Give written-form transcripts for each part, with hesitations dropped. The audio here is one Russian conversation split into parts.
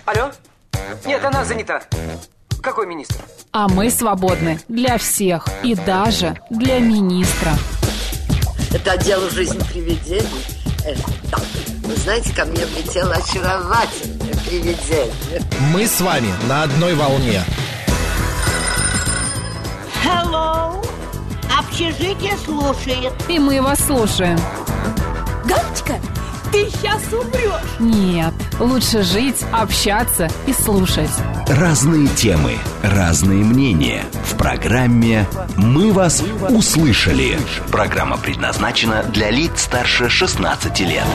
Алло? Нет, она занята. Какой министр? А мы свободны для всех и даже для министра. Это дело жизни привидений. Да. Вы знаете, ко мне влетело очаровательное привидение. Мы с вами на одной волне. Hello. Общежитие слушает. И мы вас слушаем. Галочка, ты сейчас умрешь. Нет, лучше жить, общаться и слушать. Разные темы, разные мнения. В программе «Мы вас услышали». Программа предназначена для лиц старше 16 лет.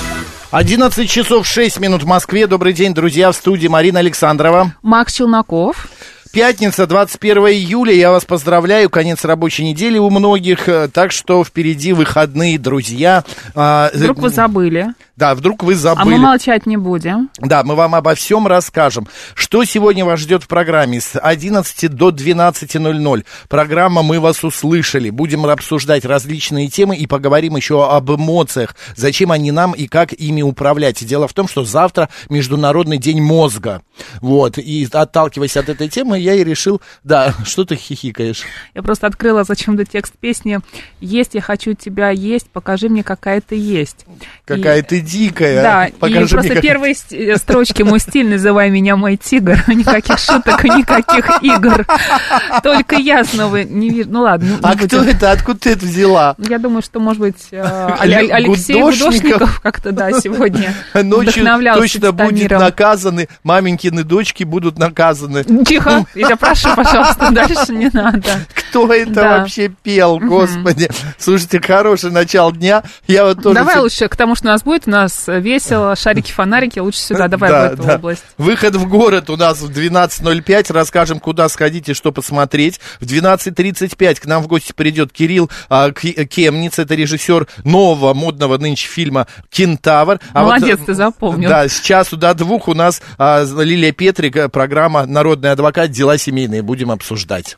11 часов 6 минут в Москве. Добрый день, друзья, в студии Марина Александрова. Макс Челноков. Пятница, 21 июля, я вас поздравляю, конец рабочей недели у многих, так что впереди выходные, друзья. Вдруг вы забыли. Да, вдруг вы забыли. А мы молчать не будем. Да, мы вам обо всем расскажем. Что сегодня вас ждет в программе с 11 до 12:00. Программа «Мы вас услышали». Будем обсуждать различные темы и поговорим еще об эмоциях. Зачем они нам и как ими управлять. Дело в том, что завтра Международный день мозга. Вот, и отталкиваясь от этой темы, я и решил... Да, что ты хихикаешь? Я просто открыла зачем-то текст песни «Есть, я хочу тебя есть, покажи мне, какая ты есть». Какая ты дикая. Да, покажи и просто мне, первые строчки «Мой стиль, называй меня мой тигр». Никаких шуток, никаких игр. Только я снова не вижу. Ну ладно. А кто это? Откуда ты это взяла? Я думаю, что, может быть, Алексей Гудошников как-то, да, сегодня вдохновлялся точно будет наказаны, маменькины дочки будут наказаны. Тихо, я тебя прошу, пожалуйста, дальше не надо. Кто это вообще пел, господи? Слушайте, хорошее начало дня. Я вот тоже... Давай лучше к тому, что у нас будет. У нас весело, шарики-фонарики. Лучше сюда, давай в эту область. Выход в город у нас в 12:05. Расскажем, куда сходить и что посмотреть. В 12:35 к нам в гости придет Кирилл Кемниц. Это режиссер нового модного нынче фильма «Кентавр». Молодец, ты запомнил. Да, с часу до 2 у нас Лилия Петрик, программа «Народный адвокат. Дела семейные». Будем обсуждать.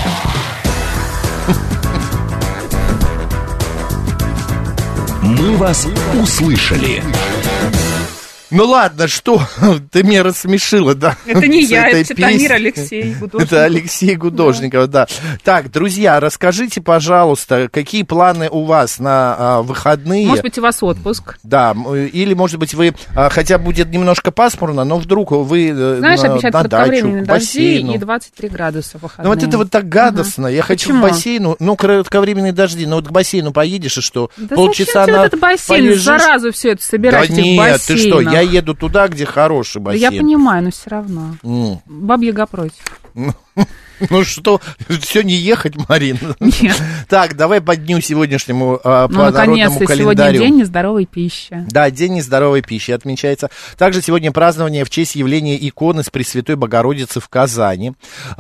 Мы вас услышали. Ну ладно, что? Ты меня рассмешила, да? Это не я, это Тамир Алексей Гудошников. Это Алексей Гудошников, да. Так, друзья, расскажите, пожалуйста, какие планы у вас на выходные? Может быть, у вас отпуск. Да, или, может быть, вы, хотя будет немножко пасмурно, но вдруг вы знаешь, обещают на дачу, кратковременные дожди и 23 градуса в выходные. Ну вот это вот так гадостно. Я хочу к бассейну, кратковременные дожди, но вот к бассейну поедешь и что? Да полчаса зачем тебе этот бассейн, полежишь? Заразу все это собирать да в этих нет, бассейнах. ты что, я еду туда, где хороший бассейн. Да я понимаю, но все равно. Баба-Яга против. Ну что, все не ехать, Марина? Нет. Так, давай по дню сегодняшнему, по народному календарю. Сегодня день нездоровой пищи. Да, день нездоровой пищи отмечается. Также сегодня празднование в честь явления иконы с Пресвятой Богородицы в Казани.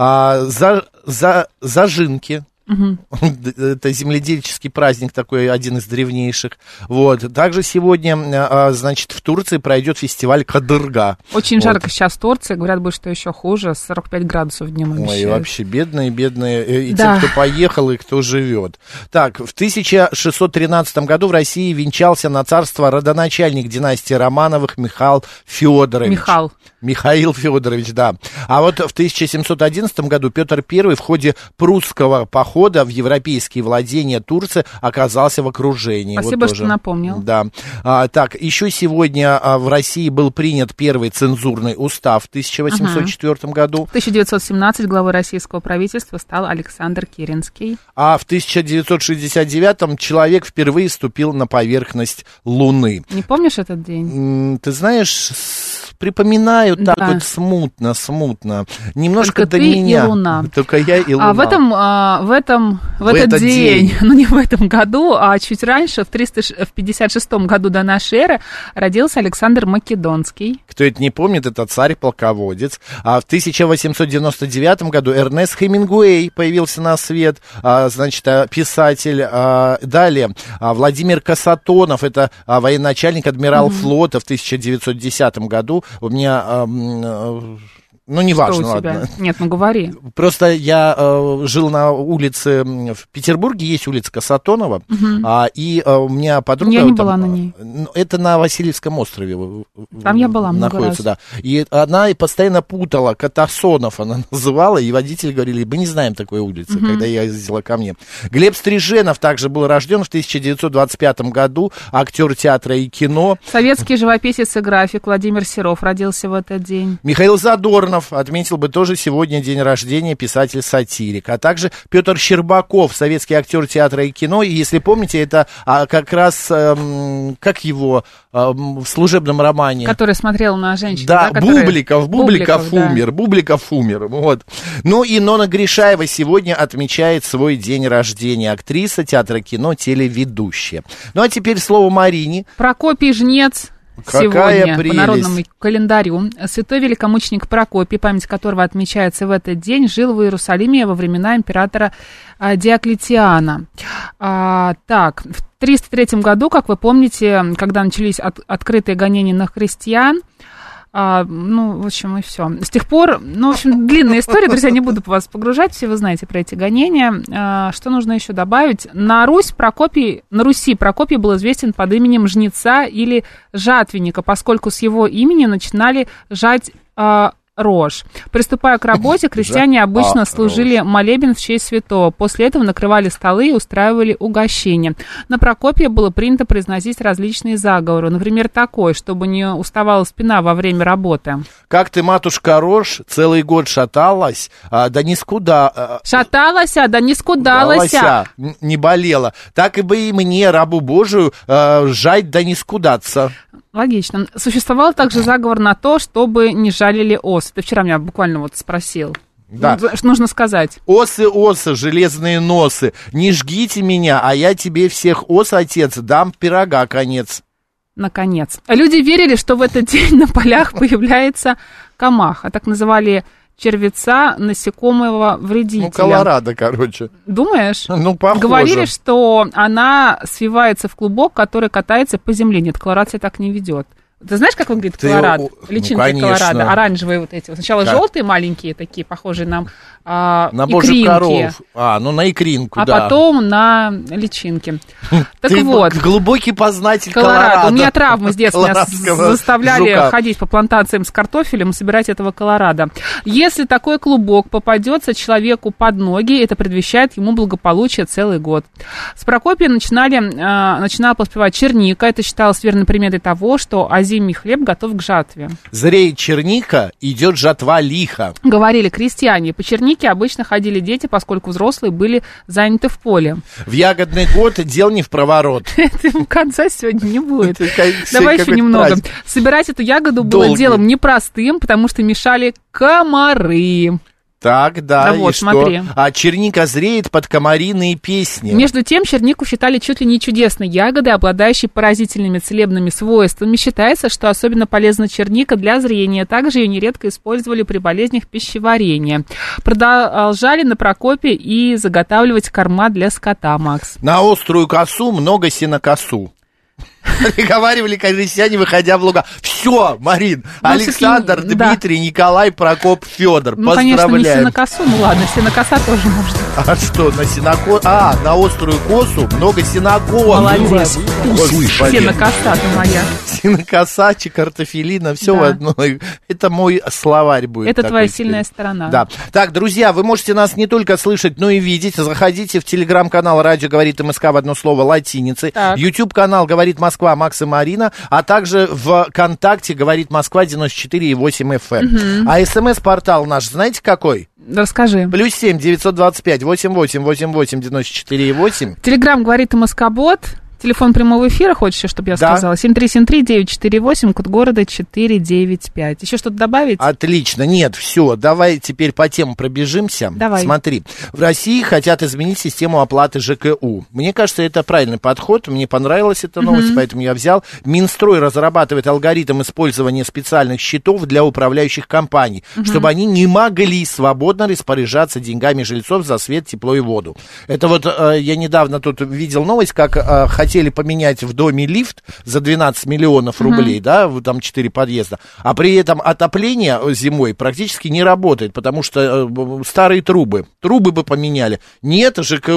Зажинки. Это земледельческий праздник такой, один из древнейших. Вот. Также сегодня, значит, в Турции пройдет фестиваль Кадырга. Очень жарко сейчас в Турции. Говорят, будет, что еще хуже. 45 градусов днем обещают. Ой, вообще бедные, и те, кто поехал, и кто живет. Так, в 1613 году в России венчался на царство родоначальник династии Романовых Михаил Федорович. Михаил Федорович, да. А вот в 1711 году Петр I в ходе прусского похода в европейские владения Турции оказался в окружении. Спасибо, вот что напомнил. Да. Так, еще сегодня в России был принят первый цензурный устав в 1804 году. В 1917 главой российского правительства стал Александр Керенский. А в 1969 человек впервые ступил на поверхность Луны. Не помнишь этот день? Ты знаешь, припоминаю так вот смутно. Немножко только до ты меня. И Луна. Только я и Луна. А в этот день, ну не в этом году, а чуть раньше, в 56 году до нашей эры, родился Александр Македонский. Кто это не помнит, это царь-полководец. А в 1899 году Эрнест Хемингуэй появился на свет, значит, писатель. Далее Владимир Касатонов, это военачальник, адмирал флота в 1910 году. У меня... Ну, неважно, Что у тебя? ладно. Нет, ну говори. Просто я жил на улице, в Петербурге есть улица Касатонова, и у меня подруга... Я не была на ней. Это на Васильевском острове. Там я была много находится, раз. да. И она постоянно путала, Катасонов она называла, и водители говорили, мы не знаем такой улицы, когда я ездила ко мне. Глеб Стриженов также был рожден в 1925 году, актер театра и кино. Советский живописец и график Владимир Серов родился в этот день. Михаил Задорнов отметил бы тоже сегодня день рождения, писатель-сатирик. А также Петр Щербаков, советский актер театра и кино. И если помните, это как раз, как его в служебном романе. Который смотрел на женщину. Да, который... Бубликов умер. Вот. Ну и Нона Гришаева сегодня отмечает свой день рождения. Актриса театра, кино, телеведущая. Ну а теперь слово Марине. Прокопий Жнец. Какая сегодня прелесть. По народному календарю. Святой великомученик Прокопий, память которого отмечается в этот день, жил в Иерусалиме во времена императора Диоклетиана. Так, в 303 году, как вы помните, когда начались открытые гонения на христиан, в общем, и все. С тех пор, в общем, длинная история, друзья, не буду вас погружать, все вы знаете про эти гонения. Что нужно еще добавить? На Руси Прокопий был известен под именем Жнеца или Жатвенника, поскольку с его имени начинали жать рожь. Приступая к работе, крестьяне обычно служили молебен в честь святого. После этого накрывали столы и устраивали угощения. На Прокопия было принято произносить различные заговоры. Например, такой, чтобы не уставала спина во время работы. Как ты, матушка Рожь, целый год шаталась, да не скуда... Шаталась, да не скудалась. Не болела. Так и бы и мне, рабу Божию, жать да не скудаться. Логично. Существовал также заговор на то, чтобы не жалили ос. Ты вчера меня буквально спросил. Да. Что нужно сказать? Осы, железные носы, не жгите меня, а я тебе всех ос, отец, дам пирога конец. Наконец. Люди верили, что в этот день на полях появляется камаха. Так называли червеца, насекомого вредителя. Ну, Колорадо, короче. Думаешь? Ну, похоже. Говорили, что она свивается в клубок, который катается по земле. Нет, Колорадо себя так не ведет. Ты знаешь, как выглядит Колорадо? Личинки Колорадо, оранжевые вот эти. Сначала желтые маленькие такие, похожие на божью коров. На икринку, да. А потом на личинки. Так ты вот. Глубокий познатель Колорадо. У меня травмы с детства. Меня заставляли ходить по плантациям с картофелем и собирать этого Колорадо. Если такой клубок попадется человеку под ноги, это предвещает ему благополучие целый год. С Прокопия начинала поспевать черника. Это считалось верной приметой того, что зимний хлеб готов к жатве. Зреет черника, идет жатва лихо. Говорили крестьяне. По чернике обычно ходили дети, поскольку взрослые были заняты в поле. В ягодный год дел не в проворот. Это конца сегодня не будет. Давай еще немного. Собирать эту ягоду было делом непростым, потому что мешали комары. Так, да, вот, и смотри. что? А черника зреет под комариные песни. Между тем, чернику считали чуть ли не чудесной ягодой, обладающей поразительными целебными свойствами. Считается, что особенно полезна черника для зрения. Также ее нередко использовали при болезнях пищеварения. Продолжали на Прокопе и заготавливать корма для скота, Макс. На острую косу много сенокосу. Приговаривали крестьяне, выходя в луга. Все, Марин, Александр, Дмитрий, да. Николай, Прокоп, Федор. Поздравляем. Конечно, не сенокосу, ладно, сенокоса тоже можно. А что, на острую косу много сенокос. Молодец. Сенокоса ты моя. Сенокоса, картофелина, все в одной. Это мой словарь будет. Это твоя сильная сторона. Да. Так, друзья, вы можете нас не только слышать, но и видеть. Заходите в телеграм-канал «Радио говорит МСК» в одно слово латиницей. YouTube-канал «Говорит Москва» Макс и Марина, а также в ВКонтакте «Говорит Москва» 94,8 FM. А СМС-портал наш, знаете какой? Расскажи. +7 925 88 88 94,8. Телеграм «Говорит МСК-бот». Телефон прямого эфира, хочешь, чтобы я сказала? 7373948, код города 495. Еще что-то добавить? Отлично. Нет, все. Давай теперь по темам пробежимся. Давай. Смотри. В России хотят изменить систему оплаты ЖКУ. Мне кажется, это правильный подход. Мне понравилась эта новость, поэтому я взял. Минстрой разрабатывает алгоритм использования специальных счетов для управляющих компаний, чтобы они не могли свободно распоряжаться деньгами жильцов за свет, тепло и воду. Это вот я недавно тут видел новость, как хотят хотели поменять в доме лифт за 12 миллионов рублей, да, там 4 подъезда, а при этом отопление зимой практически не работает, потому что старые трубы бы поменяли. Нет,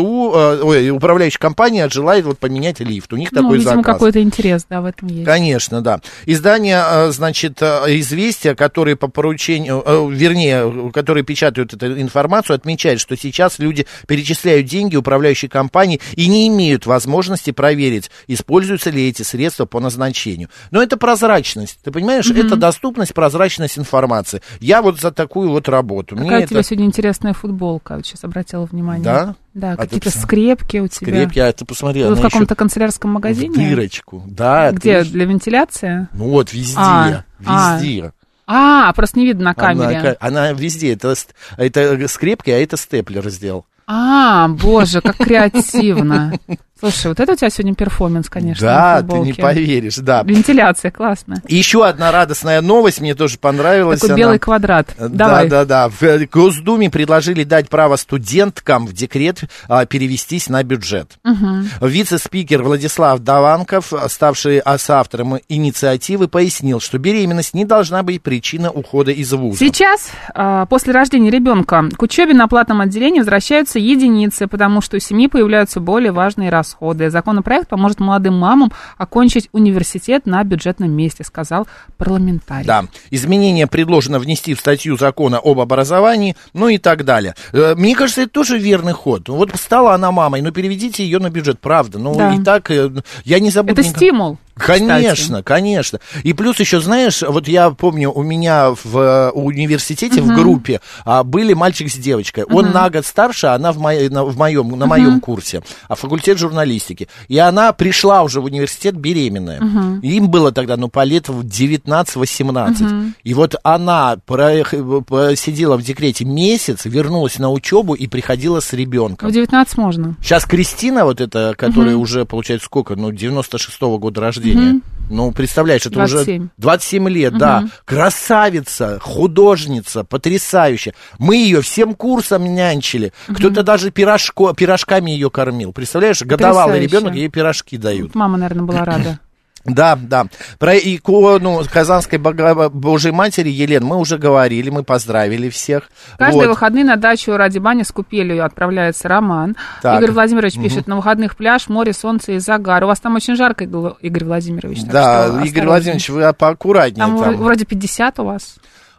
ЖКУ, управляющая компания желает вот поменять лифт, у них такой видимо, заказ. Какой-то интерес, да, в этом есть. Конечно, да. Издание, значит, «Известия», которые по поручению, которые печатают эту информацию, отмечают, что сейчас люди перечисляют деньги управляющей компании и не имеют возможности проверить, используются ли эти средства по назначению. Но это прозрачность, ты понимаешь, это доступность, прозрачность информации. Я вот за такую вот работу. Какая у тебя сегодня интересная футболка, вот сейчас обратила внимание. Да? Да, какие-то скрепки у тебя. Скрепки, ты посмотри. Вы в каком-то канцелярском магазине? В дырочку, да. Где, для вентиляции? Ну вот, везде, везде. Просто не видно на камере. Она везде, это скрепки, а это степлер сделал. Боже, как креативно. Слушай, вот это у тебя сегодня перформанс, конечно. Да, ты не поверишь, да. Вентиляция, классно. Еще одна радостная новость, мне тоже понравилась. Такой белый квадрат. Давай. Да. В Госдуме предложили дать право студенткам в декрет перевестись на бюджет. Вице-спикер Владислав Даванков, ставший соавтором инициативы, пояснил, что беременность не должна быть причиной ухода из вуза. Сейчас, после рождения ребенка, к учебе на платном отделении возвращаются единицы, потому что у семьи появляются более важные расходы. Законопроект поможет молодым мамам окончить университет на бюджетном месте, сказал парламентарий. Да, изменения предложено внести в статью закона об образовании, ну и так далее. Мне кажется, это тоже верный ход. Вот стала она мамой, переведите ее на бюджет, правда. И так, я не забуду... Это стимул. Конечно, конечно. И плюс еще, знаешь, вот я помню, у меня в университете в группе были мальчик с девочкой. Он на год старше, она на моем курсе, факультет журналистики. И она пришла уже в университет беременная. Им было тогда, по лет 19-18. И вот она сидела в декрете месяц, вернулась на учебу и приходила с ребенком. В 19 можно. Сейчас Кристина, вот эта, которая уже, получается, сколько, 96-го года рождения. Представляешь, это 27. Уже 27 лет, да. Красавица, художница, потрясающая. Мы ее всем курсом нянчили. Кто-то даже пирожками ее кормил. Представляешь, годовалый ребенок, ей пирожки дают. Мама, наверное, была рада. Да. Про икону Казанской Божьей Матери Елены мы уже говорили, мы поздравили всех. Каждые выходные на дачу ради бани с купелью отправляется Роман. Так. Игорь Владимирович пишет, на выходных пляж, море, солнце и загар. У вас там очень жарко, Игорь Владимирович. Да, Игорь Владимирович, вы поаккуратнее. Там вроде 50 у вас.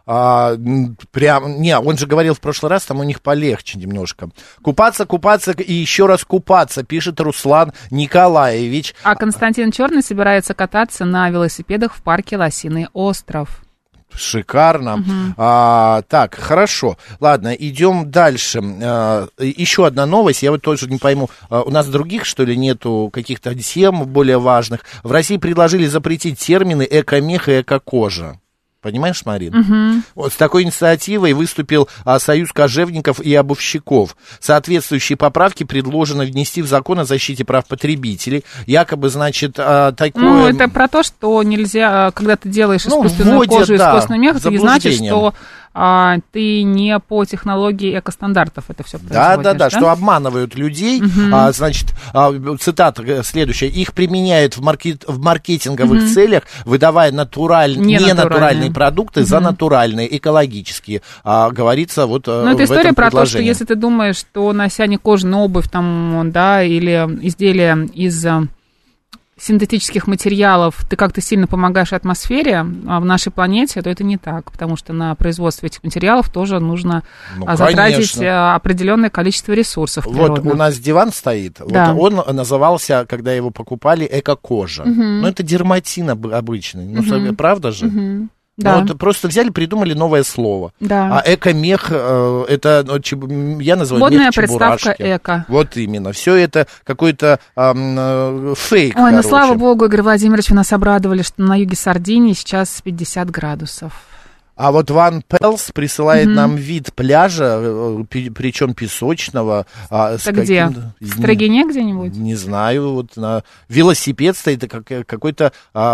Он же говорил в прошлый раз, там у них полегче немножко. Купаться и еще раз купаться, пишет Руслан Николаевич. А Константин Черный собирается кататься на велосипедах в парке Лосиный остров. Шикарно. Так, хорошо. Ладно, идем дальше. Еще одна новость, я вот тоже не пойму, у нас других, что ли, нету каких-то тем более важных. В России предложили запретить термины «экомех» и «экокожа». Понимаешь, Марин? Вот с такой инициативой выступил Союз кожевников и обувщиков. Соответствующие поправки предложено внести в закон о защите прав потребителей. Якобы, значит, такое... это про то, что нельзя, когда ты делаешь искусственную кожу, искусственный мех, это не значит, что ты не по технологии экостандартов это все производишь. Да, что обманывают людей. Значит, цитата следующая. Их применяют в маркетинговых целях, выдавая ненатуральные продукты за натуральные, экологические. Говорится вот в этом предложении. Это история про то, что если ты думаешь, что нося не кожаную обувь там, да, или изделия из синтетических материалов, ты как-то сильно помогаешь атмосфере в нашей планете, то это не так, потому что на производство этих материалов тоже нужно затратить определенное количество ресурсов природных. Вот у нас диван стоит, да. Вот он назывался, когда его покупали, эко-кожа. Но это дерматин обычный, правда же? Да. Вот просто взяли, придумали новое слово. Да. А эко-мех, это, я называю водная мех чебурашки. Приставка эко. Вот именно. Все это какой-то фейк. Ой, слава богу, Игорь Владимирович, вы нас обрадовали, что на юге Сардинии сейчас 50 градусов. А вот Ван Пелс присылает нам вид пляжа, причем песочного. Это где? В Строгине где-нибудь? Не знаю, вот на велосипед стоит, какой-то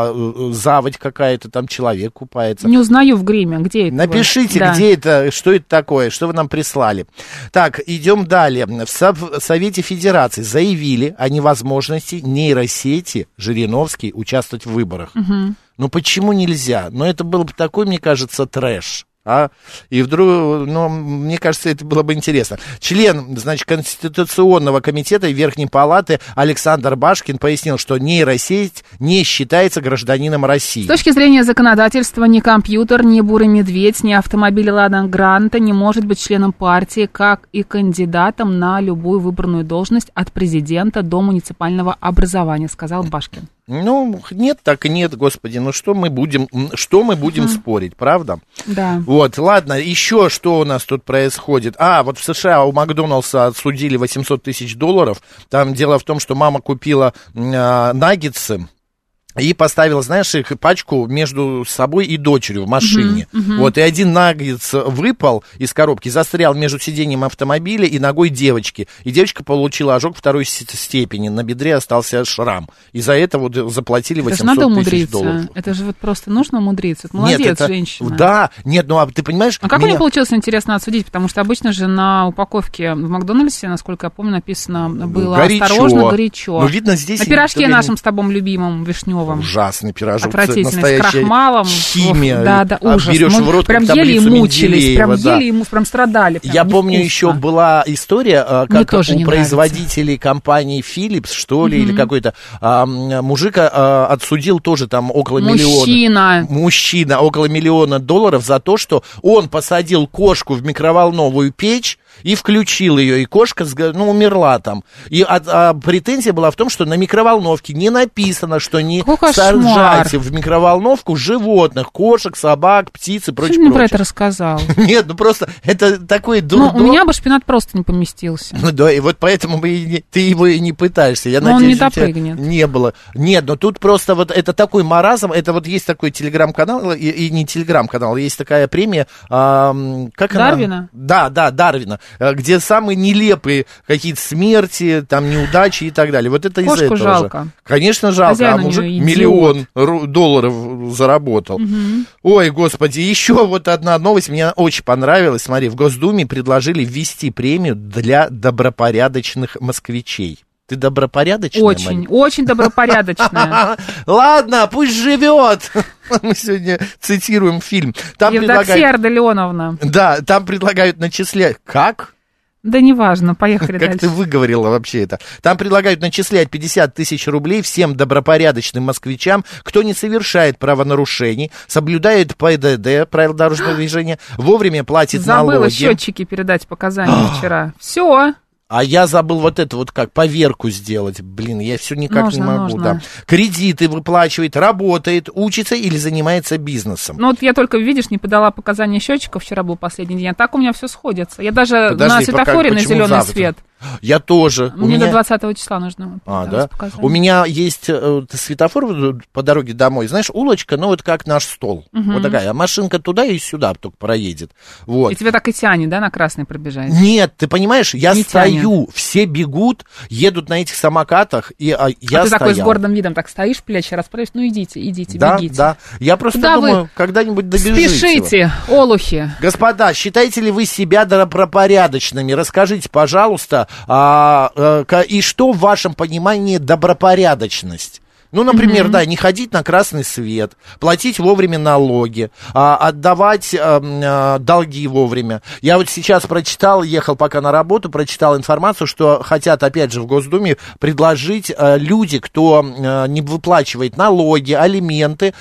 заводь какая-то, там человек купается. Не узнаю в гриме, где это? Напишите, где это, что это такое, что вы нам прислали. Так, идем далее. В Совете Федерации заявили о невозможности нейросети Жириновский участвовать в выборах. Ну почему нельзя? Ну это был бы такой, мне кажется, трэш. И вдруг, мне кажется, это было бы интересно. Член, значит, Конституционного комитета Верхней Палаты Александр Башкин пояснил, что нейросеть не считается гражданином России. С точки зрения законодательства, ни компьютер, ни бурый медведь, ни автомобиль Лада Гранта не может быть членом партии, как и кандидатом на любую выбранную должность от президента до муниципального образования, сказал Башкин. Ну, нет, так и нет, господи, ну что мы будем спорить, правда? Да. Вот, ладно, еще что у нас тут происходит? Вот в США у Макдоналдса отсудили $800 тысяч. Там дело в том, что мама купила наггетсы и поставила, знаешь, их пачку между собой и дочерью в машине. Вот, и один наггетс выпал из коробки, застрял между сиденьем автомобиля и ногой девочки. И девочка получила ожог второй степени, на бедре остался шрам. И за это вот заплатили $800 тысяч. Это же надо умудриться. Это же вот просто нужно умудриться. Это молодец, женщина. Да, нет, ну а ты понимаешь... А как у нее получилось, интересно, отсудить? Потому что обычно же на упаковке в Макдональдсе, насколько я помню, написано было горячо. Осторожно, горячо. Ну, видно, здесь... На пирожке нашем с тобой любимом вишневом. Ужасный пирожок, настоящая с крахмалом. Химия. Да, ужас. Берешь в рот, прям ели и мучились, прям страдали. Прям я помню, еще была история, как у производителей компании Philips, что ли, или какой-то мужик отсудил тоже там около миллиона. Мужчина, около $1 миллиона за то, что он посадил кошку в микроволновую печь и включил ее, и кошка, умерла там. И претензия была в том, что на микроволновке не написано, что не сажайте в микроволновку животных, кошек, собак, птиц и прочее. Почему ты мне про это рассказал? Нет, просто это такой дурдом. У меня бы шпинат просто не поместился. Да, и вот поэтому ты его и не пытаешься. Я надеюсь, он не допрыгнет. Не было. Нет, но тут просто вот это такой маразм, это вот есть такой телеграм-канал, и не телеграм-канал, есть такая премия, как Дарвина? Да, Дарвина, где самые нелепые какие-то смерти, там неудачи и так далее. Вот это из-за этого жалко. же. Конечно, жалко, а мужик $1 миллион заработал. Ой, господи, еще вот одна новость мне очень понравилась. Смотри, в Госдуме предложили ввести премию для добропорядочных москвичей. Ты добропорядочная? Очень добропорядочная. Ладно, пусть живет. Мы сегодня цитируем фильм. Евдоксия Ардалионовна. Да, там предлагают начислять. Как? Да неважно, поехали дальше. Как ты выговорила вообще это? Там предлагают начислять 50 тысяч рублей всем добропорядочным москвичам, кто не совершает правонарушений, соблюдает ПДД, правила дорожного движения, вовремя платит налоги. Забыла счетчики передать показания вчера. Все. А я забыл вот это вот как, поверку сделать. Блин, я все никак не могу. Да. Кредиты выплачивает, работает, учится или занимается бизнесом. Ну вот я только, видишь, не подала показания счетчиков, вчера был последний день, а так у меня все сходится. Я даже на светофоре на зеленый свет. Я тоже. Мне до 20 числа нужно. Да? У меня есть светофор по дороге домой, знаешь, улочка, ну вот как наш стол. Вот такая, а машинка туда и сюда только проедет. Вот. И тебя так и тянет, да, на красный пробежать? Нет, ты понимаешь, я стою, все бегут, едут на этих самокатах, и я ты стоял. Такой с гордым видом так стоишь, плечи расправишь, ну идите, да, бегите. Да, я просто думаю, когда-нибудь добежите. Спешите, олухи. Господа, считаете ли вы себя добропорядочными? Расскажите, пожалуйста, и что в вашем понимании добропорядочность? Ну, например, да, не ходить на красный свет, платить вовремя налоги, отдавать долги вовремя. Я вот сейчас прочитал, ехал пока на работу, прочитал информацию, что хотят, опять же, в Госдуме предложить люди, кто не выплачивает налоги, алименты,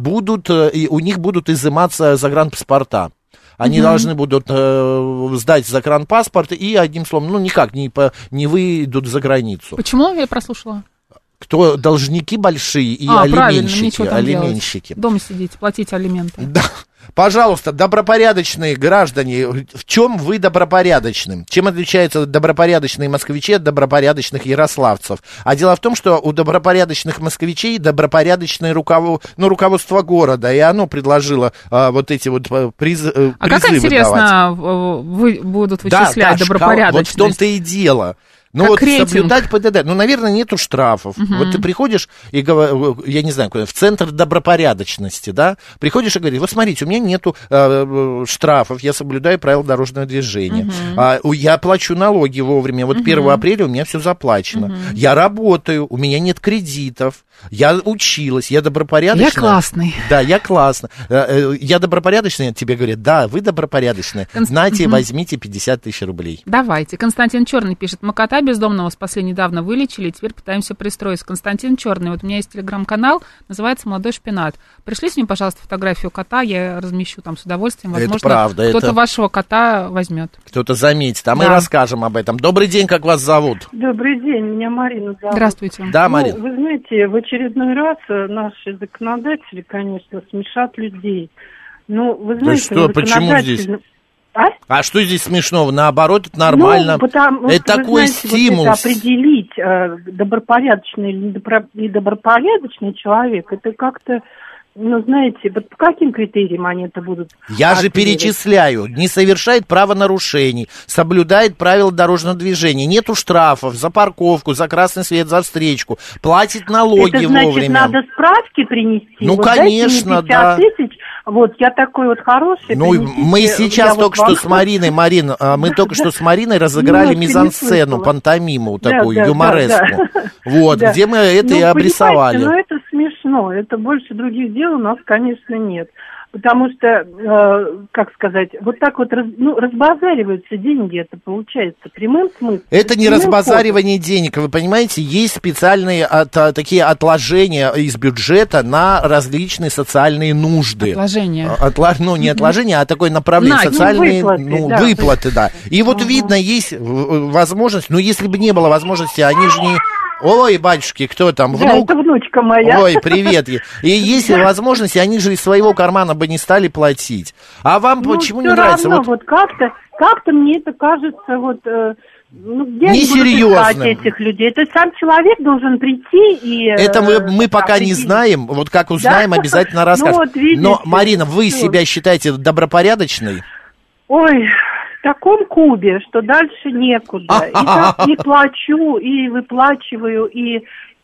у них будут изыматься загранпаспорта. Они должны будут сдать загранпаспорт и, одним словом, никак не выйдут за границу. Почему? Я прослушала. Кто должники большие и алименщики. Дома сидите, платите алименты. Да. Пожалуйста, добропорядочные граждане, в чем вы добропорядочны? Чем отличаются добропорядочные москвичи от добропорядочных ярославцев? А дело в том, что у добропорядочных москвичей добропорядочное руководство города, и оно предложило вот эти вот призывы как интересно будут вычислять добропорядочность? Вот в том-то и дело. Ну, вот соблюдать ПДД. Ну, наверное, нету штрафов. Вот ты приходишь и, я не знаю, в центр добропорядочности, да, приходишь и говоришь, вот смотрите, у меня нету штрафов, я соблюдаю правила дорожного движения, я плачу налоги вовремя, вот 1 апреля у меня все заплачено, я работаю, у меня нет кредитов, я училась, я добропорядочная. Я классный. Да, я классно. Я добропорядочная, тебе говорят, да, вы добропорядочная. Знаете, возьмите 50 тысяч рублей. Давайте. Константин Черный пишет, мы кота бездомного спасли недавно, вылечили, и теперь пытаемся пристроиться. Константин Черный, вот у меня есть телеграм-канал, называется «Молодой шпинат». Пришлите мне, пожалуйста, фотографию кота, я размещу там с удовольствием. Возможно, это правда. Кто-то вашего кота возьмет. Кто-то заметит, а мы расскажем об этом. Добрый день, как вас зовут? Добрый день, меня Марина зовут. Здравствуйте. Да, Марина. Вы знаете, в очередной раз наши законодатели, конечно, смешат людей. Ну, вы знаете, что, почему здесь? А что здесь смешного? Наоборот, это нормально. Это такой стимул. Вот это определить, добропорядочный или недобропорядочный человек, это как-то, ну, знаете, вот по каким критериям они это будут? Я же перечисляю. Не совершает правонарушений, соблюдает правила дорожного движения, нету штрафов за парковку, за красный свет, за встречку, платит налоги это значит, вовремя. Надо справки принести? Ну, вот конечно, да. Тысяч, вот, я такой вот хороший. Ну, мы сейчас только что с Мариной, мы только что с Мариной разыграли мизансцену, пантомиму такую, юмореску. Вот, где мы это и обрисовали. Ну, это смешно, это больше других дел у нас, конечно, нет. Потому что, как сказать, вот так вот разбазариваются деньги, это получается прямым смыслом. Это не разбазаривание денег, вы понимаете, есть специальные такие отложения из бюджета на различные социальные нужды. Отложения. Ну, не отложения, а такое направление, социальные выплаты, да. И вот видно, есть возможность, но если бы не было возможности, они же не... Ой, батюшки, кто там? Да, это внучка моя. Ой, привет. И если возможности, они же из своего кармана бы не стали платить. А вам почему не нравится? Равно, вот как-то мне это кажется, вот... несерьезным. Этих людей. Это сам человек должен прийти и... Это мы пока не знаем. Вот как узнаем, обязательно расскажем. Ну, вот видите, но, Марина, вы себя считаете добропорядочной? Ой... В таком кубе, что дальше некуда. И плачу, и выплачиваю, и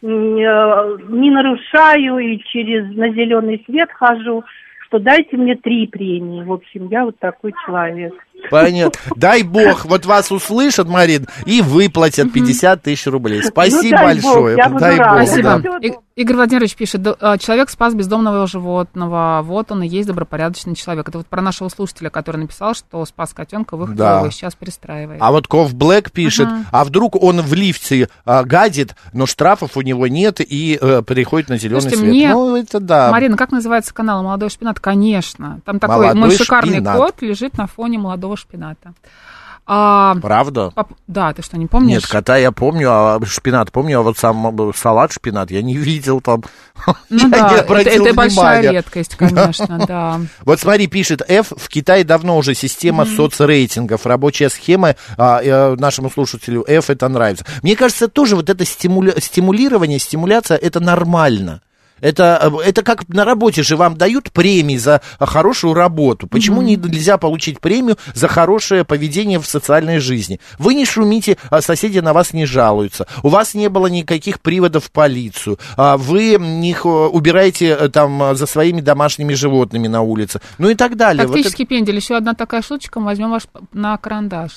не нарушаю, и на зеленый свет хожу, что дайте мне 3 премии. В общем, я вот такой человек. Понятно. Дай бог, вот вас услышат, Марин, и выплатят 50 тысяч рублей. Спасибо большое. Дай бог. Спасибо. Игорь Владимирович пишет, человек спас бездомного животного, вот он и есть добропорядочный человек. Это вот про нашего слушателя, который написал, что спас котенка, выхватил его, сейчас пристраивает. А вот Ков Блэк пишет, а вдруг он в лифте гадит, но штрафов у него нет и приходит на зеленый свет. Ну, это да. Марина, как называется канал «Молодой шпинат»? Конечно. Там такой мой шикарный кот лежит на фоне молодого шпината. Правда? Да, ты что, не помнишь? Нет, кота я помню, а шпинат помню, а вот сам салат шпинат я не видел там. Ну да, это большая редкость, конечно, да. Вот смотри, пишет F, в Китае давно уже система соцрейтингов, рабочая схема, нашему слушателю F это нравится. Мне кажется, тоже вот это стимулирование, стимуляция, это нормально. Это как на работе же вам дают премии за хорошую работу. Почему нельзя получить премию за хорошее поведение в социальной жизни? Вы не шумите, соседи на вас не жалуются. У вас не было никаких приводов в полицию. Вы не убираете там за своими домашними животными на улице. Ну и так далее. Тактический пендель. Еще одна такая шуточка. Мы возьмем ваш на карандаш.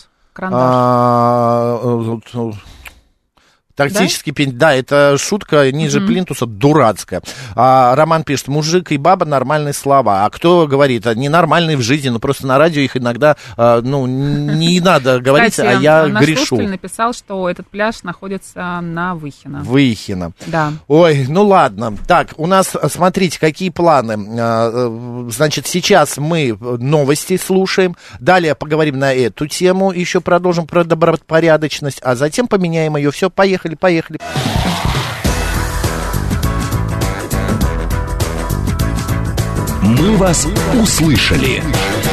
Тактический пень, да, это шутка ниже плинтуса, дурацкая. Роман пишет, мужик и баба нормальные слова. А кто говорит, ненормальные в жизни, но просто на радио их иногда, не надо говорить, кстати, а я наш грешу. слушатель написал, что этот пляж находится на Выхино. Выхино. Да. Ой, ну ладно. Так, у нас, смотрите, какие планы. Значит, сейчас мы новости слушаем, далее поговорим на эту тему, еще продолжим про добропорядочность, а затем поменяем ее. Все, поехали. Мы вас услышали.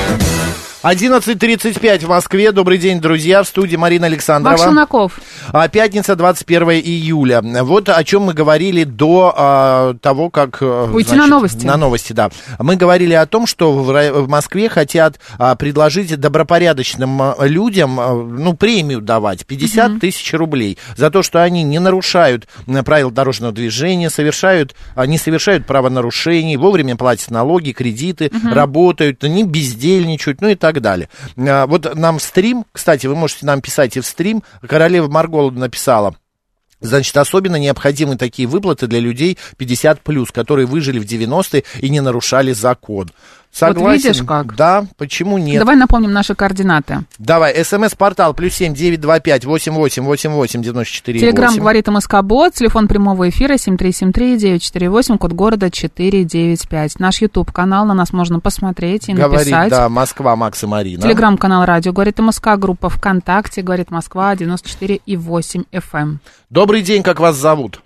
11:35 в Москве. Добрый день, друзья. В студии Марина Александрова. Макс Челноков. Пятница, 21 июля. Вот о чем мы говорили до того, как... Уйти на новости. На новости, да. Мы говорили о том, что в Москве хотят предложить добропорядочным людям, премию давать, 50 тысяч рублей за то, что они не нарушают правил дорожного движения, не совершают правонарушений, вовремя платят налоги, кредиты, работают, не бездельничают, и так далее. Вот нам в стрим, кстати, вы можете нам писать и в стрим, королева Марго написала: значит, особенно необходимы такие выплаты для людей 50+, которые выжили в 90-е и не нарушали закон. Согласен. Вот видишь как? Да, почему нет? Давай напомним наши координаты. Давай, смс-портал +7 925 88 88 94 8. Телеграм говорит МСК-бот, телефон прямого эфира 7373948, код города 495. Наш YouTube-канал, на нас можно посмотреть и говорит, написать. Да, Москва, Макс и Марина. Телеграм-канал радио говорит МСК, группа ВКонтакте говорит Москва 94,8 FM. Добрый день, как вас зовут?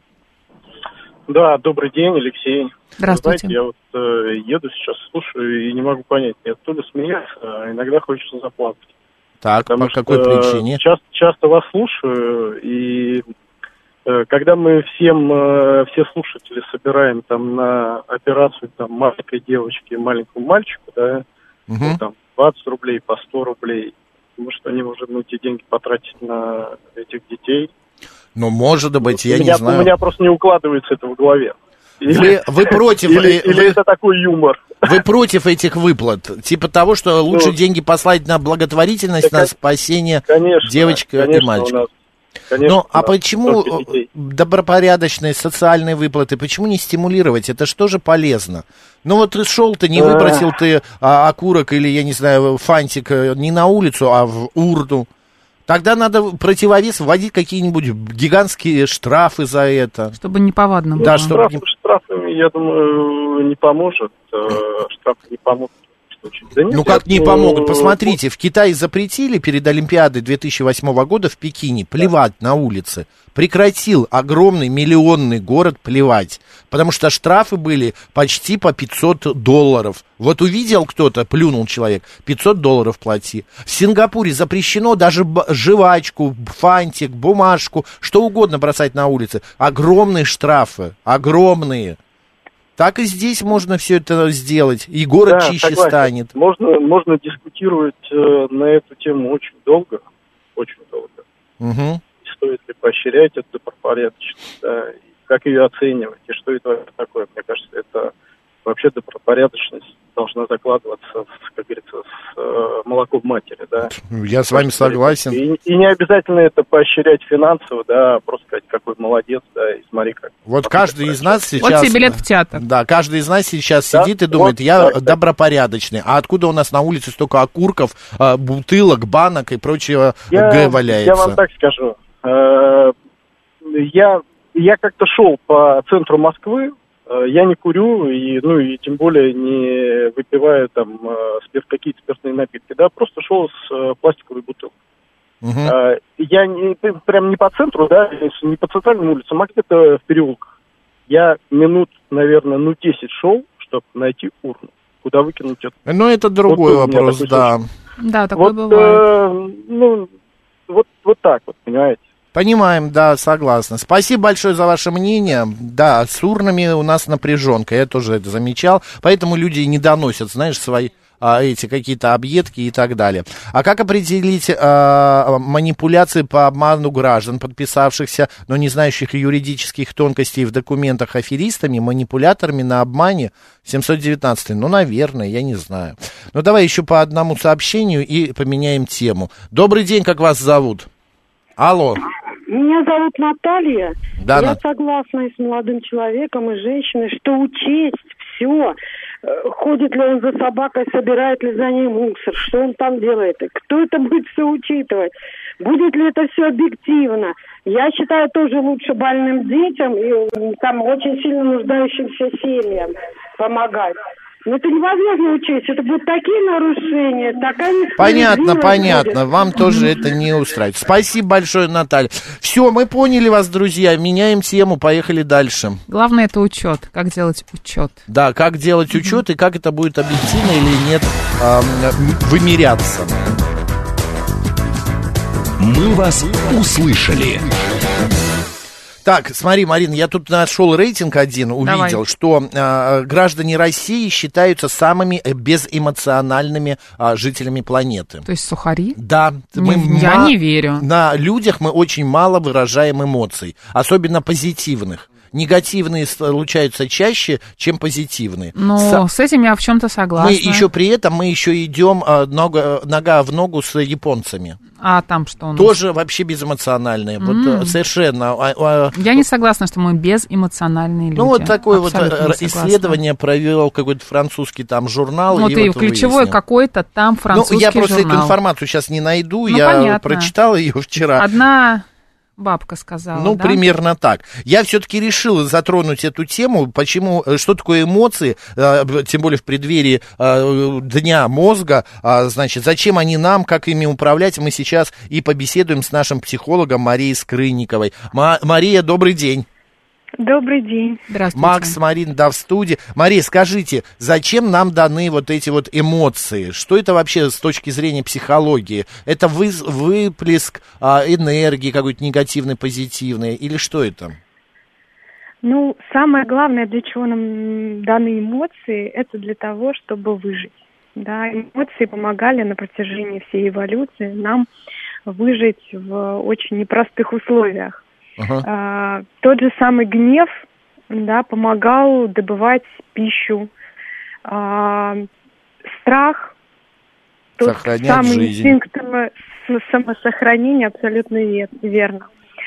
Да, добрый день, Алексей. Здравствуйте. Знаете, я еду сейчас, слушаю и не могу понять, мне то ли смеяться, а иногда хочется заплакать. Так, по какой причине? Часто вас слушаю, и когда мы все слушатели собираем там на операцию там, маленькой девочки и маленькому мальчику, да, там 20 рублей, по 100 рублей, потому что они уже эти деньги потратить на этих детей. Ну, может быть, я не знаю. У меня просто не укладывается это в голове. Вы против... Или это такой юмор? Вы против этих выплат? Типа того, что лучше деньги послать на благотворительность, на спасение девочек и мальчиков. Ну, а почему добропорядочные социальные выплаты, почему не стимулировать? Это что же полезно? Ну вот шел ты, не выбросил ты окурок или, я не знаю, фантик не на улицу, а в урну. Тогда надо противовес вводить какие-нибудь гигантские штрафы за это. Чтобы неповадно было. Да, штрафами, я думаю, не поможет. Штрафы не помогут. Да нет, как не помогут? Посмотрите, в Китае запретили перед Олимпиадой 2008 года в Пекине плевать на улице. Прекратил огромный миллионный город плевать. Потому что штрафы были почти по $500. Вот увидел кто-то, плюнул человек, $500 плати. В Сингапуре запрещено даже жвачку, фантик, бумажку, что угодно бросать на улице. Огромные штрафы, огромные. Так и здесь можно все это сделать, и город чище станет. Можно дискутировать на эту тему очень долго. Угу. Стоит ли поощрять эту добропорядочность, да, и как ее оценивать, и что это такое. Мне кажется, это вообще добропорядочность должна закладываться, как говорится, с молоком матери, да. Я с вами согласен. И не обязательно это поощрять финансово, да, просто сказать, какой молодец, да, и смотри, как. Вот каждый из нас сейчас... Вот тебе билет в театр. Да, каждый из нас сейчас сидит и думает, я добропорядочный. А откуда у нас на улице столько окурков, бутылок, банок и прочего валяется? Я вам так скажу. Я как-то шел по центру Москвы, я не курю, и тем более не выпиваю там какие-то спиртные напитки, да, просто шел с пластиковой бутылкой. Я прям не по центру, да, не по центральным улицам, а где-то в переулках. Я минут, наверное, 10 шел, чтобы найти урну, куда выкинуть это. Ну, это другой вопрос, да. Да, такое бывает. Вот так вот, понимаете. Понимаем, да, согласна. Спасибо большое за ваше мнение. Да, с урнами у нас напряженка, я тоже это замечал. Поэтому люди не доносят, знаешь, свои эти какие-то объедки и так далее. А как определить манипуляции по обману граждан, подписавшихся, но не знающих юридических тонкостей в документах аферистами, манипуляторами на обмане? 719. Ну, наверное, я не знаю. Ну, давай еще по одному сообщению и поменяем тему. Добрый день, как вас зовут? Алло. Меня зовут Наталья. Да, я согласна и с молодым человеком, и женщиной, что учесть все. Ходит ли он за собакой, собирает ли за ней мусор, что он там делает, кто это будет все учитывать, будет ли это все объективно. Я считаю, тоже лучше больным детям и там очень сильно нуждающимся семьям помогать. Это невозможно учесть. Это будут такие нарушения, такая Понятно, несправедливость будет. вам тоже это не устраивает. Спасибо большое, Наталья. Все, мы поняли вас, друзья. Меняем тему, поехали дальше. Главное, это учет. Как делать учет? Да, как делать учет и как это будет объективно или нет вымеряться. Мы вас услышали. Так, смотри, Марина, я тут нашел рейтинг один, увидел, Давай. что граждане России считаются самыми безэмоциональными жителями планеты. То есть сухари? Да. Я не верю. На людях мы очень мало выражаем эмоций, особенно позитивных. Негативные случаются чаще, чем позитивные. Ну, с этим я в чем-то согласна. Мы еще при этом идем нога в ногу с японцами. А там что у нас? Тоже вообще безэмоциональные. Вот совершенно. Я не согласна, что мы безэмоциональные люди. Ну, вот такое Абсолютно вот исследование провел какой-то французский там журнал. Вот и вот ключевой выяснил. какой-то там французский журнал. Я просто журнал. эту информацию сейчас не найду. Ну, я понятно. прочитал ее вчера. Одна бабка сказала, Ну, да? примерно так. Я все-таки решил затронуть эту тему. Почему, что такое эмоции, тем более в преддверии Дня мозга, значит, зачем они нам, как ими управлять, мы сейчас и побеседуем с нашим психологом Марией Скрынниковой. Мария, добрый день. Добрый день. Здравствуйте. Макс, Марин, да, в студии. Мария, скажите, зачем нам даны вот эти вот эмоции? Что это вообще с точки зрения психологии? Это выплеск энергии какой-то негативной, позитивной? Или что это? Ну, самое главное, для чего нам даны эмоции, это для того, чтобы выжить. Да, эмоции помогали на протяжении всей эволюции нам выжить в очень непростых условиях. Тот же самый гнев, да, помогал добывать пищу. Страх, тот самый инстинкт самосохранения, абсолютно верно.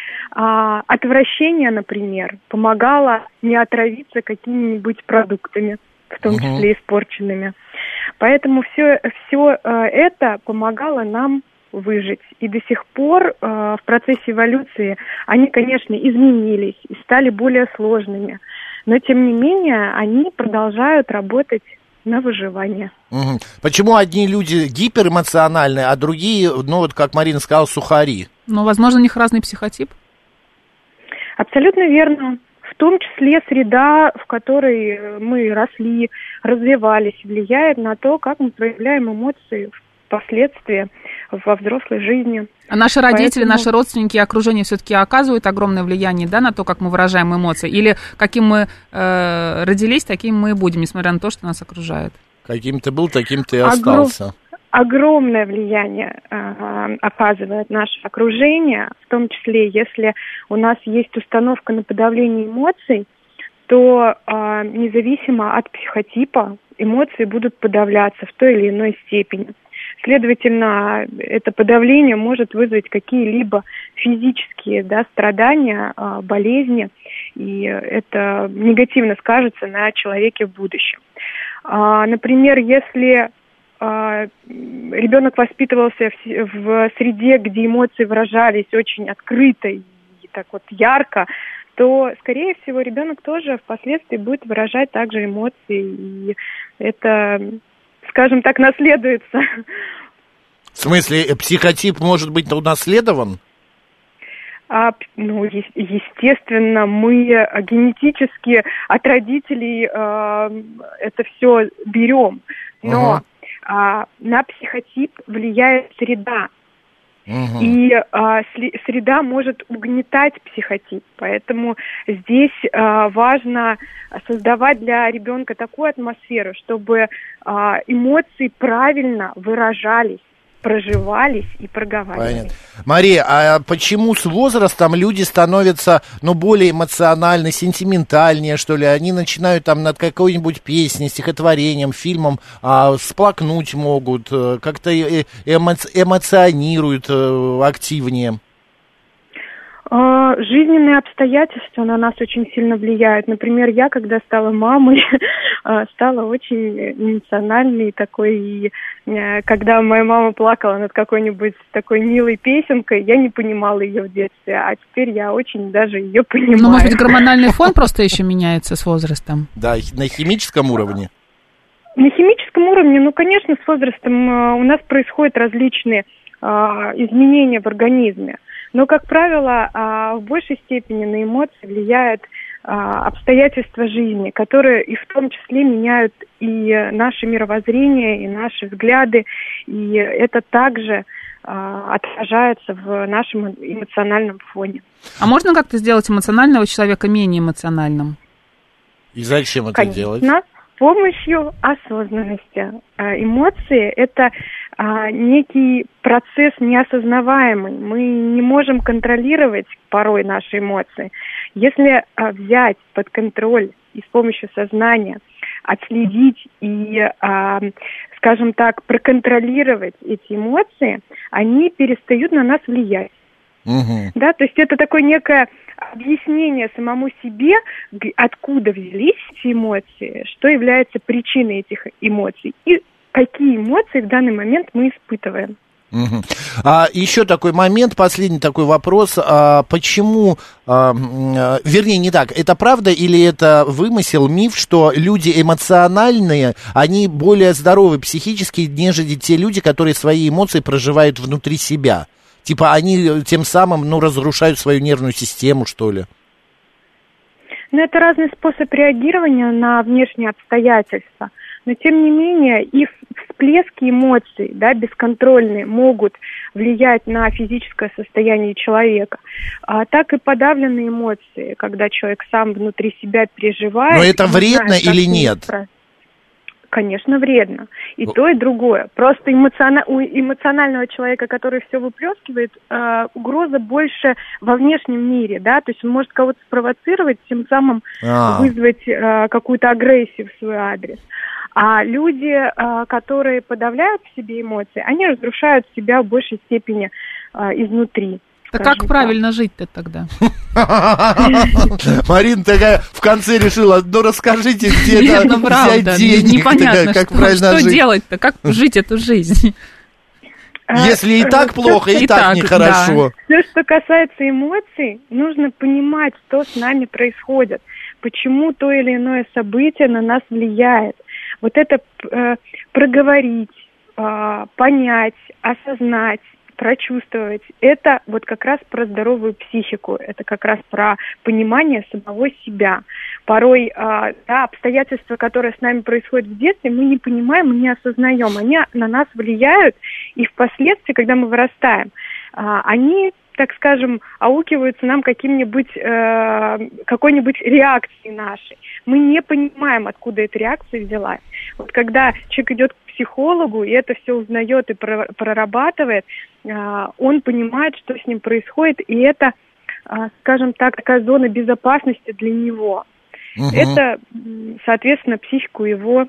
Отвращение, например, помогало не отравиться какими-нибудь продуктами, в том числе испорченными. Поэтому все это помогало нам выжить. И до сих пор в процессе эволюции они, конечно, изменились и стали более сложными. Но, тем не менее, они продолжают работать на выживание. Почему одни люди гиперэмоциональные, а другие, ну вот как Марина сказала, сухари? Ну, возможно, у них разный психотип? Абсолютно верно. В том числе среда, в которой мы росли, развивались, влияет на то, как мы проявляем эмоции впоследствии во взрослой жизни. А наши родители, наши родственники и окружение все-таки оказывают огромное влияние, да, на то, как мы выражаем эмоции? Или каким мы родились, таким мы и будем, несмотря на то, что нас окружает? Каким ты был, таким ты и остался. Огромное влияние оказывает наше окружение, в том числе, если у нас есть установка на подавление эмоций, то независимо от психотипа эмоции будут подавляться в той или иной степени. Следовательно, это подавление может вызвать какие-либо физические, да, страдания, болезни, и это негативно скажется на человеке в будущем. Например, если ребенок воспитывался в среде, где эмоции выражались очень открыто и так вот ярко, то, скорее всего, ребенок тоже впоследствии будет выражать также эмоции, и это, скажем так, наследуется. В смысле, психотип может быть унаследован? Ну, естественно, мы генетически от родителей это все берем, но на психотип влияет среда. И среда может угнетать психотип, поэтому здесь важно создавать для ребенка такую атмосферу, чтобы эмоции правильно выражались, проживались и проговаривались. Понятно. Мария, а почему с возрастом люди становятся, ну, более эмоциональны, сентиментальнее, что ли? Они начинают там над какой-нибудь песней, стихотворением, фильмом всплакнуть могут, как-то эмоционируют активнее. Жизненные обстоятельства на нас очень сильно влияют. Например, я, когда стала мамой, стала очень эмоциональной такой. И когда моя мама плакала над какой-нибудь такой милой песенкой, я не понимала ее в детстве, а теперь я очень даже ее понимаю. Ну, может быть, гормональный фон просто еще меняется с возрастом? Да, на химическом уровне. На химическом уровне, ну, конечно, с возрастом у нас происходят различные изменения в организме. Но, как правило, в большей степени на эмоции влияют обстоятельства жизни, которые и в том числе меняют и наше мировоззрение, и наши взгляды, и это также отражается в нашем эмоциональном фоне. А можно как-то сделать эмоционального человека менее эмоциональным? И зачем это делать? С помощью осознанности. Эмоции – это некий процесс неосознаваемый. Мы не можем контролировать порой наши эмоции. Если взять под контроль и с помощью сознания отследить и, скажем так, проконтролировать эти эмоции, они перестают на нас влиять. Угу. Да, то есть это такое некое объяснение самому себе, откуда взялись эти эмоции, что является причиной этих эмоций и какие эмоции в данный момент мы испытываем. Угу. Еще такой момент, последний такой вопрос. Почему, вернее, не так, это правда или это вымысел, миф, что люди эмоциональные, они более здоровы психически, нежели те люди, которые свои эмоции проживают внутри себя? Типа они тем самым, разрушают свою нервную систему, что ли? Ну, это разный способ реагирования на внешние обстоятельства. Но, тем не менее, и всплески эмоций, да, бесконтрольные, могут влиять на физическое состояние человека. Так и подавленные эмоции, когда человек сам внутри себя переживает. Но это вредно или нет? Конечно, вредно. И то, и другое. Просто у эмоционального человека, который все выплескивает, угроза больше во внешнем мире, да, то есть он может кого-то спровоцировать, тем самым вызвать какую-то агрессию в свой адрес. А люди, которые подавляют в себе эмоции, они разрушают себя в большей степени изнутри. Так как правильно жить-то тогда? Марина такая в конце решила, расскажите, где взять денег. Непонятно, что делать-то, как жить эту жизнь. Если и так плохо, и так нехорошо. Все, что касается эмоций, нужно понимать, что с нами происходит, почему то или иное событие на нас влияет. Вот это проговорить, понять, осознать, прочувствовать, это вот как раз про здоровую психику, это как раз про понимание самого себя. Порой обстоятельства, которые с нами происходят в детстве, мы не понимаем, мы не осознаем, они на нас влияют, и впоследствии, когда мы вырастаем, они, так скажем, аукиваются нам какой-нибудь реакцией нашей. Мы не понимаем, откуда эта реакция взялась. Вот когда человек идет к психологу и это все узнает и прорабатывает, он понимает, что с ним происходит, и это, скажем так, такая зона безопасности для него. Угу. Это, соответственно, психику его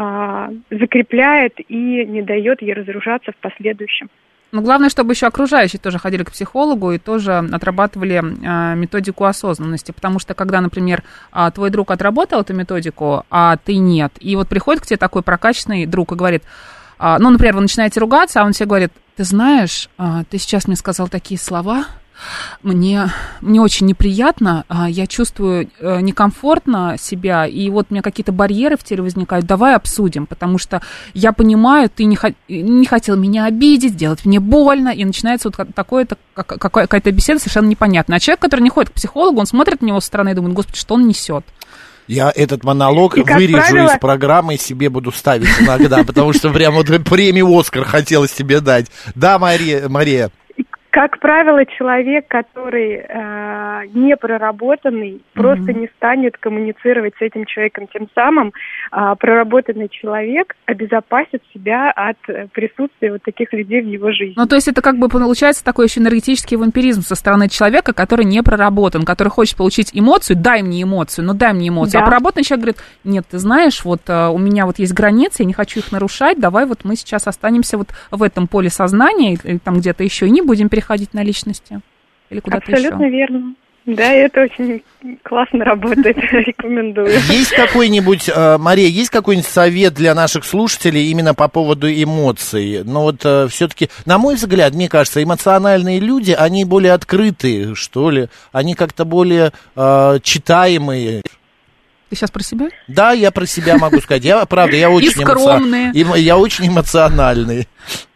закрепляет и не дает ей разрушаться в последующем. Но главное, чтобы еще окружающие тоже ходили к психологу и тоже отрабатывали методику осознанности, потому что когда, например, твой друг отработал эту методику, а ты нет, и вот приходит к тебе такой прокачанный друг и говорит, например, вы начинаете ругаться, а он тебе говорит, ты знаешь, ты сейчас мне сказал такие слова, мне очень неприятно, я чувствую некомфортно себя, и вот у меня какие-то барьеры в теле возникают, давай обсудим, потому что я понимаю, ты не хотел меня обидеть, сделать мне больно, и начинается вот какая-то беседа совершенно непонятная. А человек, который не ходит к психологу, он смотрит на него со стороны и думает, господи, что он несет? Я этот монолог вырежу из программы и себе буду ставить иногда, потому что прям вот премию «Оскар» хотелось тебе дать. Да, Мария? Как правило, человек, который не проработанный, просто не станет коммуницировать с этим человеком. Тем самым проработанный человек обезопасит себя от присутствия вот таких людей в его жизни. Ну, то есть это как бы получается такой еще энергетический вампиризм со стороны человека, который не проработан, который хочет получить эмоцию, дай мне эмоцию, дай мне эмоцию. Да. А проработанный человек говорит, нет, ты знаешь, вот у меня вот есть границы, я не хочу их нарушать, давай вот мы сейчас останемся вот в этом поле сознания, или там где-то еще, и не будем переходить на личности или куда-то Абсолютно еще. Верно. Да, это очень классно работает, рекомендую. Есть какой-нибудь, Мария, есть какой-нибудь совет для наших слушателей именно по поводу эмоций? Но вот все-таки, на мой взгляд, мне кажется, эмоциональные люди, они более открытые, что ли, они как-то более читаемые. Ты сейчас про себя? Да, я про себя могу сказать. Я очень скромные. Я очень эмоциональный.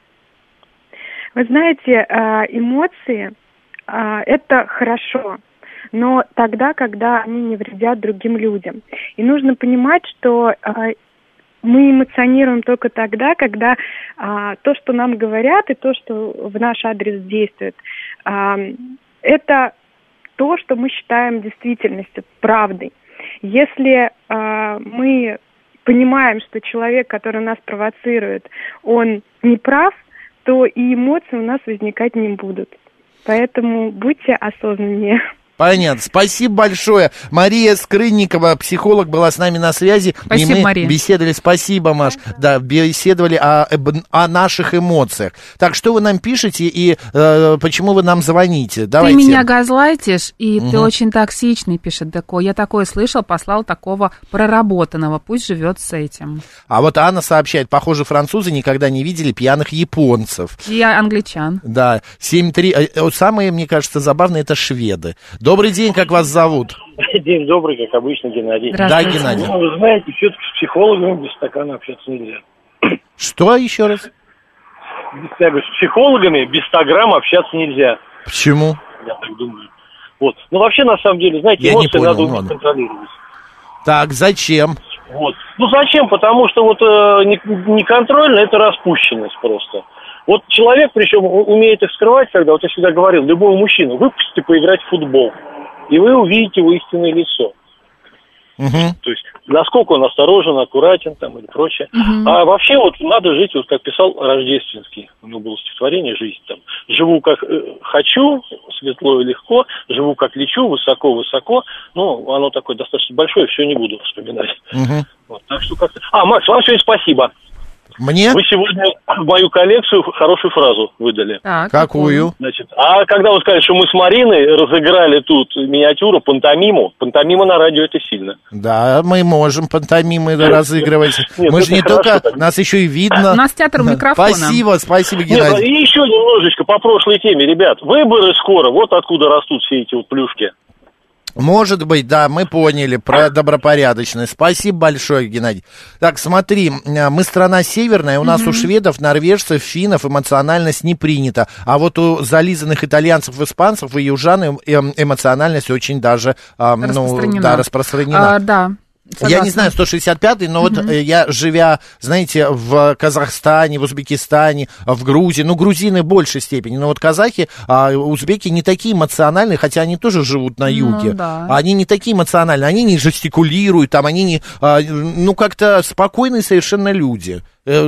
Вы знаете, эмоции это хорошо, но тогда, когда они не вредят другим людям. И нужно понимать, что мы эмоционируем только тогда, когда то, что нам говорят, и то, что в наш адрес действует, это то, что мы считаем действительностью, правдой. Если мы понимаем, что человек, который нас провоцирует, он не прав, то и эмоции у нас возникать не будут. Поэтому будьте осознаннее. Понятно. Спасибо большое. Мария Скрынникова, психолог, была с нами на связи. Спасибо, и мы Мария. беседовали, спасибо, Маш, да, беседовали о наших эмоциях. Так, что вы нам пишете и почему вы нам звоните? Давайте. Ты меня газлайтишь, и ты очень токсичный, пишет Деко. Я такое слышал, послал такого проработанного. Пусть живет с этим. А вот Анна сообщает, похоже, французы никогда не видели пьяных японцев. И англичан. Да, 7-3. Самые, мне кажется, забавные это шведы. Добрый день, как вас зовут? День добрый, как обычно, Геннадий. Да, Геннадий. Ну, вы знаете, все-таки с психологами без стакана общаться нельзя. Что еще раз? Я говорю, с психологами без 100 грамм общаться нельзя. Почему? Я так думаю. Вот. Ну, вообще, на самом деле, знаете, эмоции надо уметь контролировать. Так, зачем? Вот. Ну, зачем? Потому что вот неконтрольно это распущенность просто. Вот человек, причем, умеет их скрывать, когда, вот я всегда говорил, любого мужчину выпустите поиграть в футбол, и вы увидите его истинное лицо. То есть, насколько он осторожен, аккуратен там и прочее. А вообще вот надо жить, вот как писал Рождественский, у него было стихотворение «Жизнь» там. Живу как хочу, светло и легко, живу как лечу, высоко-высоко. Ну, оно такое достаточно большое, все не буду вспоминать. Вот, так что как-то... Макс, вам сегодня спасибо. Мне? Вы сегодня в мою коллекцию хорошую фразу выдали. Так, какую? Значит, а когда вы сказали, что мы с Мариной разыграли тут миниатюру, пантомиму, пантомима на радио это сильно. Да, мы можем пантомимы разыгрывать. Мы же не только, нас еще и видно. У нас театр микрофона. Спасибо, Геннадий. И еще немножечко по прошлой теме, ребят. Выборы скоро, вот откуда растут все эти вот плюшки. Может быть, да, мы поняли про добропорядочность. Спасибо большое, Геннадий. Так, смотри, мы страна северная, у нас у шведов, норвежцев, финнов эмоциональность не принята. А вот у зализанных итальянцев, испанцев и южан эмоциональность очень даже распространена. Да. Согласна. Я не знаю, 165-й, но вот я, живя, знаете, в Казахстане, в Узбекистане, в Грузии, грузины в большей степени, но вот казахи, узбеки не такие эмоциональные, хотя они тоже живут на юге. Да. Они не такие эмоциональные, они не жестикулируют, там, они не, как-то спокойные совершенно люди.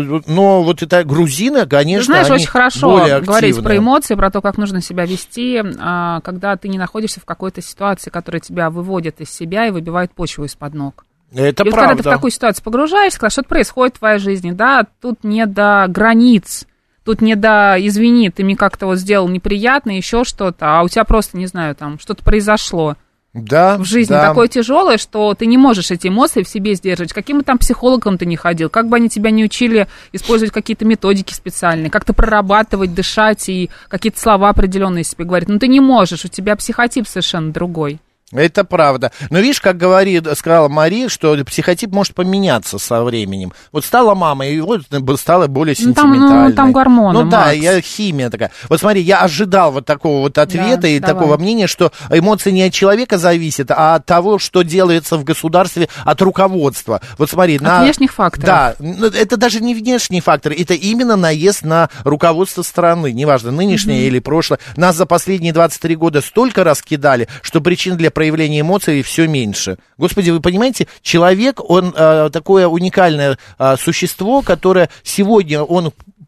Но вот это грузины, конечно, знаешь, они очень хорошо более говорить активные. про эмоции, про то, как нужно себя вести, когда ты не находишься в какой-то ситуации, которая тебя выводит из себя и выбивает почву из-под ног. Это и вот правда. когда ты в такую ситуацию погружаешься, когда что-то происходит в твоей жизни, да, тут не до границ, тут не до, извини, ты мне как-то вот сделал неприятно, еще что-то, а у тебя просто, не знаю, там, что-то произошло. Да, в жизни да. такое тяжелое, что ты не можешь эти эмоции в себе сдерживать. Каким бы там психологом ты ни ходил, как бы они тебя не учили использовать какие-то методики специальные, как-то прорабатывать, дышать и какие-то слова определенные себе говорить. Ну, ты не можешь, у тебя психотип совершенно другой. Это правда. Но видишь, как сказала Мария, что психотип может поменяться со временем. Вот стала мама, и вот стала более сентиментальной. Там гормоны, да, химия такая. Вот смотри, я ожидал вот такого вот ответа и такого мнения, что эмоции не от человека зависят, а от того, что делается в государстве, от руководства. Вот смотри. От внешних факторов. Да, это даже не внешний фактор, это именно наезд на руководство страны, неважно, нынешнее или прошлое. Нас за последние 23 года столько раз кидали, что причин для проявления эмоций все меньше. Господи, вы понимаете, человек, он такое уникальное существо, которое сегодня он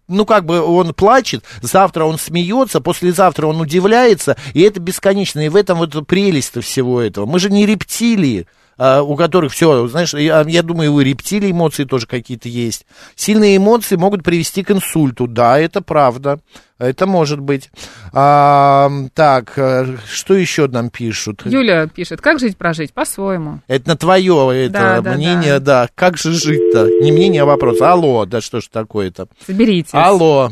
он плачет, завтра он смеется, послезавтра он удивляется, и это бесконечно, и в этом вот прелесть всего этого. Мы же не рептилии, у которых все, знаешь, я думаю, у рептилий эмоции тоже какие-то есть. Сильные эмоции могут привести к инсульту, да, это правда, это может быть. Так, что еще нам пишут? Юля пишет, как жить-прожить? По-своему. Это на твое мнение, да. Как же жить-то? Не мнение, а вопрос. Алло, да что ж такое-то? Соберитесь. Алло.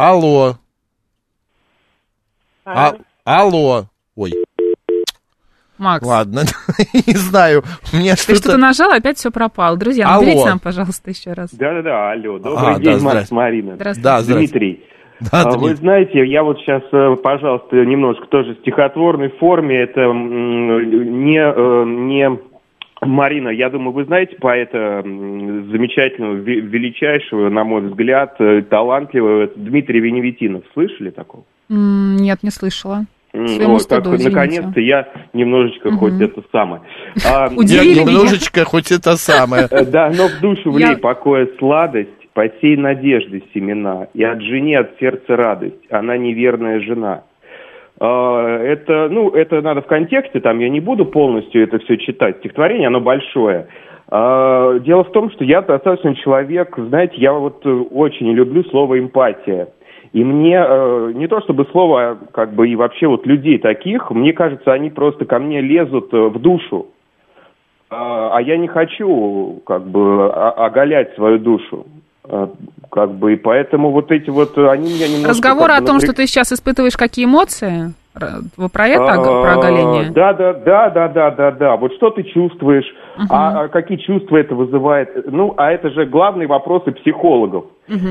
Алло. Ой. Макс. Ладно, не знаю. Ты что-то нажал, опять все пропало. Друзья, наберите нам, пожалуйста, еще раз. Да, алло. Добрый день, Макс, Марина. Здравствуйте. Дмитрий. Вы знаете, я вот сейчас, пожалуйста, немножко тоже в стихотворной форме. Это не Марина, я думаю, вы знаете поэта замечательного, величайшего, на мой взгляд, талантливого Дмитрия Веневитинов. Слышали такого? Нет, не слышала. Наконец-то я немножечко хоть это самое. Немножечко хоть это самое. Да, но в душу влей покоя сладость, посей надежды семена, и отжени от сердца радость, она неверная жена. Это надо в контексте, там я не буду полностью это все читать, стихотворение, оно большое. Дело в том, что я достаточно человек, знаете, я вот очень люблю слово «эмпатия». И мне не то чтобы слово, как бы, и вообще вот людей таких, мне кажется, они просто ко мне лезут в душу. А я не хочу, как бы, оголять свою душу. Как бы, и поэтому вот эти вот, они меня немножко... Разговор о том, что ты сейчас испытываешь какие эмоции? Вы про это, про оголение? Да. Вот что ты чувствуешь, а какие чувства это вызывает? Ну, а это же главные вопросы психологов.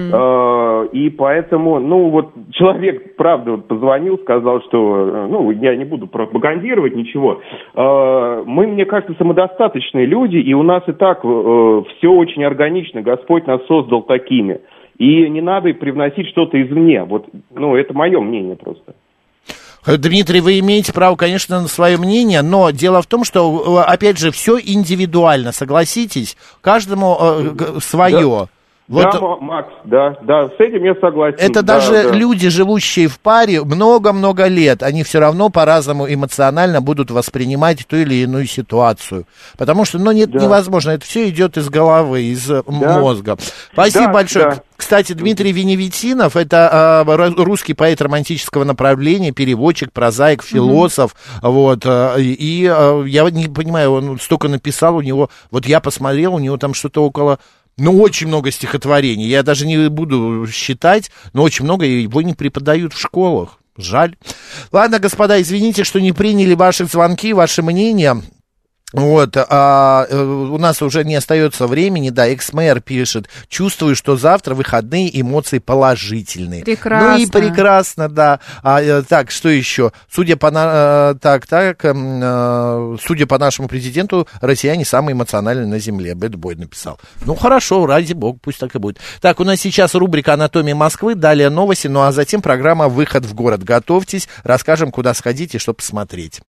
И поэтому, вот человек, правда, позвонил, сказал, что, я не буду пропагандировать ничего. Мы, мне кажется, самодостаточные люди, и у нас и так все очень органично. Господь нас создал такими. И не надо привносить что-то извне. Вот, это мое мнение просто. Дмитрий, вы имеете право, конечно, на свое мнение, но дело в том, что, опять же, все индивидуально, согласитесь, каждому свое. Вот. Да, Макс, да, с этим я согласен. Это даже люди, живущие в паре много-много лет, они все равно по-разному эмоционально будут воспринимать ту или иную ситуацию. Потому что, невозможно, это все идет из головы, из мозга. Спасибо большое. Да. Кстати, Дмитрий Веневитинов, это русский поэт романтического направления, переводчик, прозаик, философ, и я не понимаю, он столько написал, у него, вот я посмотрел, у него там что-то около... очень много стихотворений, я даже не буду считать, но очень много, его не преподают в школах, жаль. Ладно, господа, извините, что не приняли ваши звонки, ваши мнения. У нас уже не остается времени, экс-мэр пишет, чувствую, что завтра выходные, эмоции положительные. Прекрасно. Прекрасно, да. Так, что еще? Судя по нашему президенту, россияне самые эмоциональные на земле. Бэтбой написал. Хорошо, ради бога, пусть так и будет. Так, у нас сейчас рубрика «Анатомия Москвы», далее новости, а затем программа «Выход в город». Готовьтесь, расскажем, куда сходить и что посмотреть.